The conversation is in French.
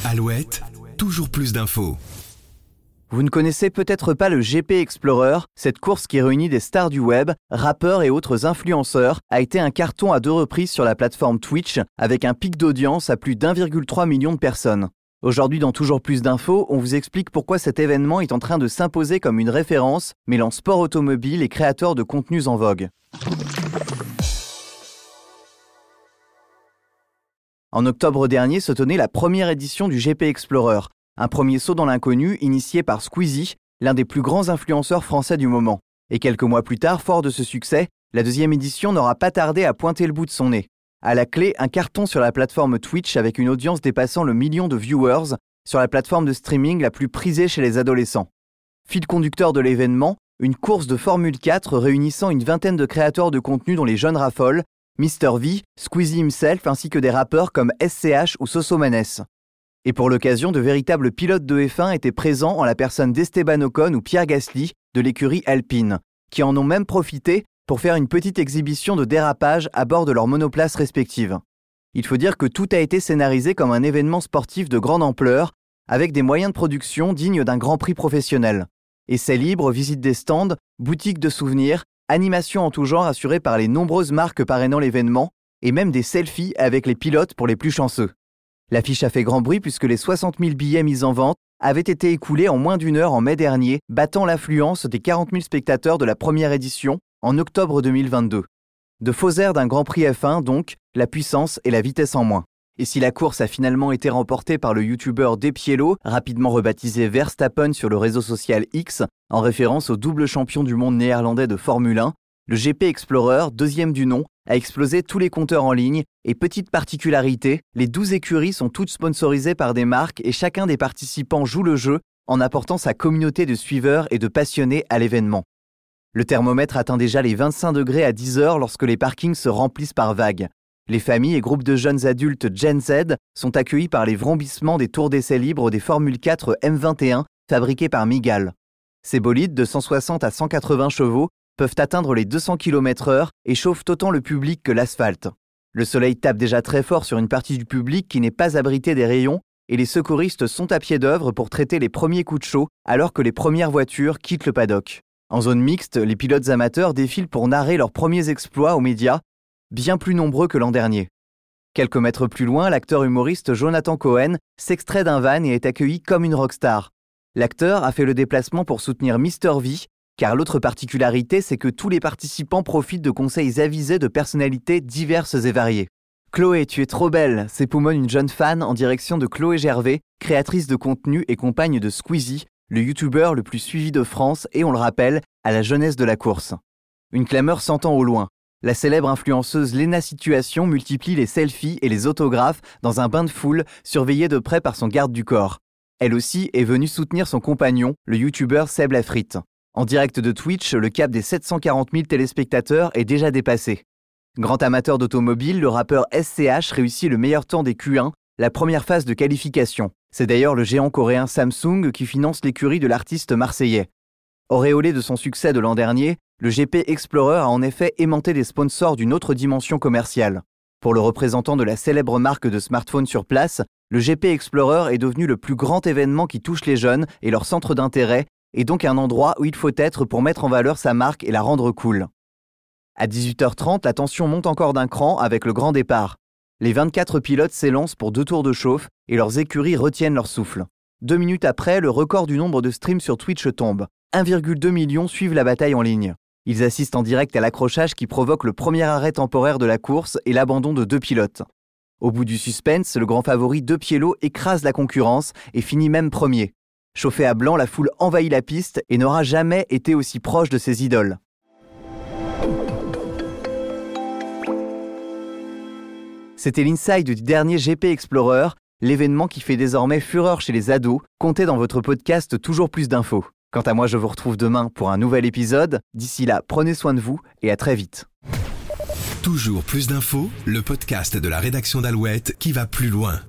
Alouette, toujours plus d'infos. Vous ne connaissez peut-être pas le GP Explorer, cette course qui réunit des stars du web, rappeurs et autres influenceurs, a été un carton à 2 reprises sur la plateforme Twitch, avec un pic d'audience à plus d'1,3 million de personnes. Aujourd'hui, dans Toujours plus d'infos, on vous explique pourquoi cet événement est en train de s'imposer comme une référence, mêlant sport automobile et créateurs de contenus en vogue. En octobre dernier se tenait la première édition du GP Explorer, un premier saut dans l'inconnu initié par Squeezie, l'un des plus grands influenceurs français du moment. Et quelques mois plus tard, fort de ce succès, la deuxième édition n'aura pas tardé à pointer le bout de son nez. À la clé, un carton sur la plateforme Twitch avec une audience dépassant le million de viewers sur la plateforme de streaming la plus prisée chez les adolescents. Fil conducteur de l'événement, une course de Formule 4 réunissant une vingtaine de créateurs de contenu dont les jeunes raffolent, Mr V, Squeezie himself ainsi que des rappeurs comme SCH ou Sosomanes. Et pour l'occasion, de véritables pilotes de F1 étaient présents en la personne d'Esteban Ocon ou Pierre Gasly de l'écurie Alpine, qui en ont même profité pour faire une petite exhibition de dérapage à bord de leurs monoplaces respectives. Il faut dire que tout a été scénarisé comme un événement sportif de grande ampleur, avec des moyens de production dignes d'un grand prix professionnel. Essais libres, visites des stands, boutiques de souvenirs, animations en tout genre assurées par les nombreuses marques parrainant l'événement, et même des selfies avec les pilotes pour les plus chanceux. L'affiche a fait grand bruit puisque les 60 000 billets mis en vente avaient été écoulés en moins d'une heure en mai dernier, battant l'affluence des 40 000 spectateurs de la première édition en octobre 2022. De faux airs d'un Grand Prix F1 donc, la puissance et la vitesse en moins. Et si la course a finalement été remportée par le youtubeur Depiello, rapidement rebaptisé Verstappen sur le réseau social X, en référence au double champion du monde néerlandais de Formule 1, le GP Explorer, deuxième du nom, a explosé tous les compteurs en ligne et petite particularité, les 12 écuries sont toutes sponsorisées par des marques et chacun des participants joue le jeu en apportant sa communauté de suiveurs et de passionnés à l'événement. Le thermomètre atteint déjà les 25 degrés à 10 heures lorsque les parkings se remplissent par vagues. Les familles et groupes de jeunes adultes Gen Z sont accueillis par les vrombissements des tours d'essai libres des Formule 4 M21 fabriqués par Migal. Ces bolides de 160 à 180 chevaux peuvent atteindre les 200 km/h et chauffent autant le public que l'asphalte. Le soleil tape déjà très fort sur une partie du public qui n'est pas abrité des rayons et les secouristes sont à pied d'œuvre pour traiter les premiers coups de chaud alors que les premières voitures quittent le paddock. En zone mixte, les pilotes amateurs défilent pour narrer leurs premiers exploits aux médias, bien plus nombreux que l'an dernier. Quelques mètres plus loin, l'acteur humoriste Jonathan Cohen s'extrait d'un van et est accueilli comme une rockstar. L'acteur a fait le déplacement pour soutenir Mr V, car l'autre particularité, c'est que tous les participants profitent de conseils avisés de personnalités diverses et variées. « Chloé, tu es trop belle !» s'époumonne une jeune fan en direction de Chloé Gervais, créatrice de contenu et compagne de Squeezie, le youtubeur le plus suivi de France et, on le rappelle, à la jeunesse de la course. Une clameur s'entend au loin. La célèbre influenceuse Léna Situation multiplie les selfies et les autographes dans un bain de foule surveillé de près par son garde du corps. Elle aussi est venue soutenir son compagnon, le youtubeur Seb Lafrite. En direct de Twitch, le cap des 740 000 téléspectateurs est déjà dépassé. Grand amateur d'automobile, le rappeur SCH réussit le meilleur temps des Q1, la première phase de qualification. C'est d'ailleurs le géant coréen Samsung qui finance l'écurie de l'artiste marseillais. Auréolé de son succès de l'an dernier, le GP Explorer a en effet aimanté des sponsors d'une autre dimension commerciale. Pour le représentant de la célèbre marque de smartphones sur place, le GP Explorer est devenu le plus grand événement qui touche les jeunes et leur centre d'intérêt, et donc un endroit où il faut être pour mettre en valeur sa marque et la rendre cool. À 18h30, la tension monte encore d'un cran avec le grand départ. Les 24 pilotes s'élancent pour 2 tours de chauffe et leurs écuries retiennent leur souffle. 2 minutes après, le record du nombre de streams sur Twitch tombe. 1,2 million suivent la bataille en ligne. Ils assistent en direct à l'accrochage qui provoque le premier arrêt temporaire de la course et l'abandon de 2 pilotes. Au bout du suspense, le grand favori Depiello écrase la concurrence et finit même premier. Chauffé à blanc, la foule envahit la piste et n'aura jamais été aussi proche de ses idoles. C'était l'inside du dernier GP Explorer, l'événement qui fait désormais fureur chez les ados. Comptez dans votre podcast Toujours plus d'infos. Quant à moi, je vous retrouve demain pour un nouvel épisode. D'ici là, prenez soin de vous et à très vite. Toujours plus d'infos, le podcast de la rédaction d'Alouette qui va plus loin.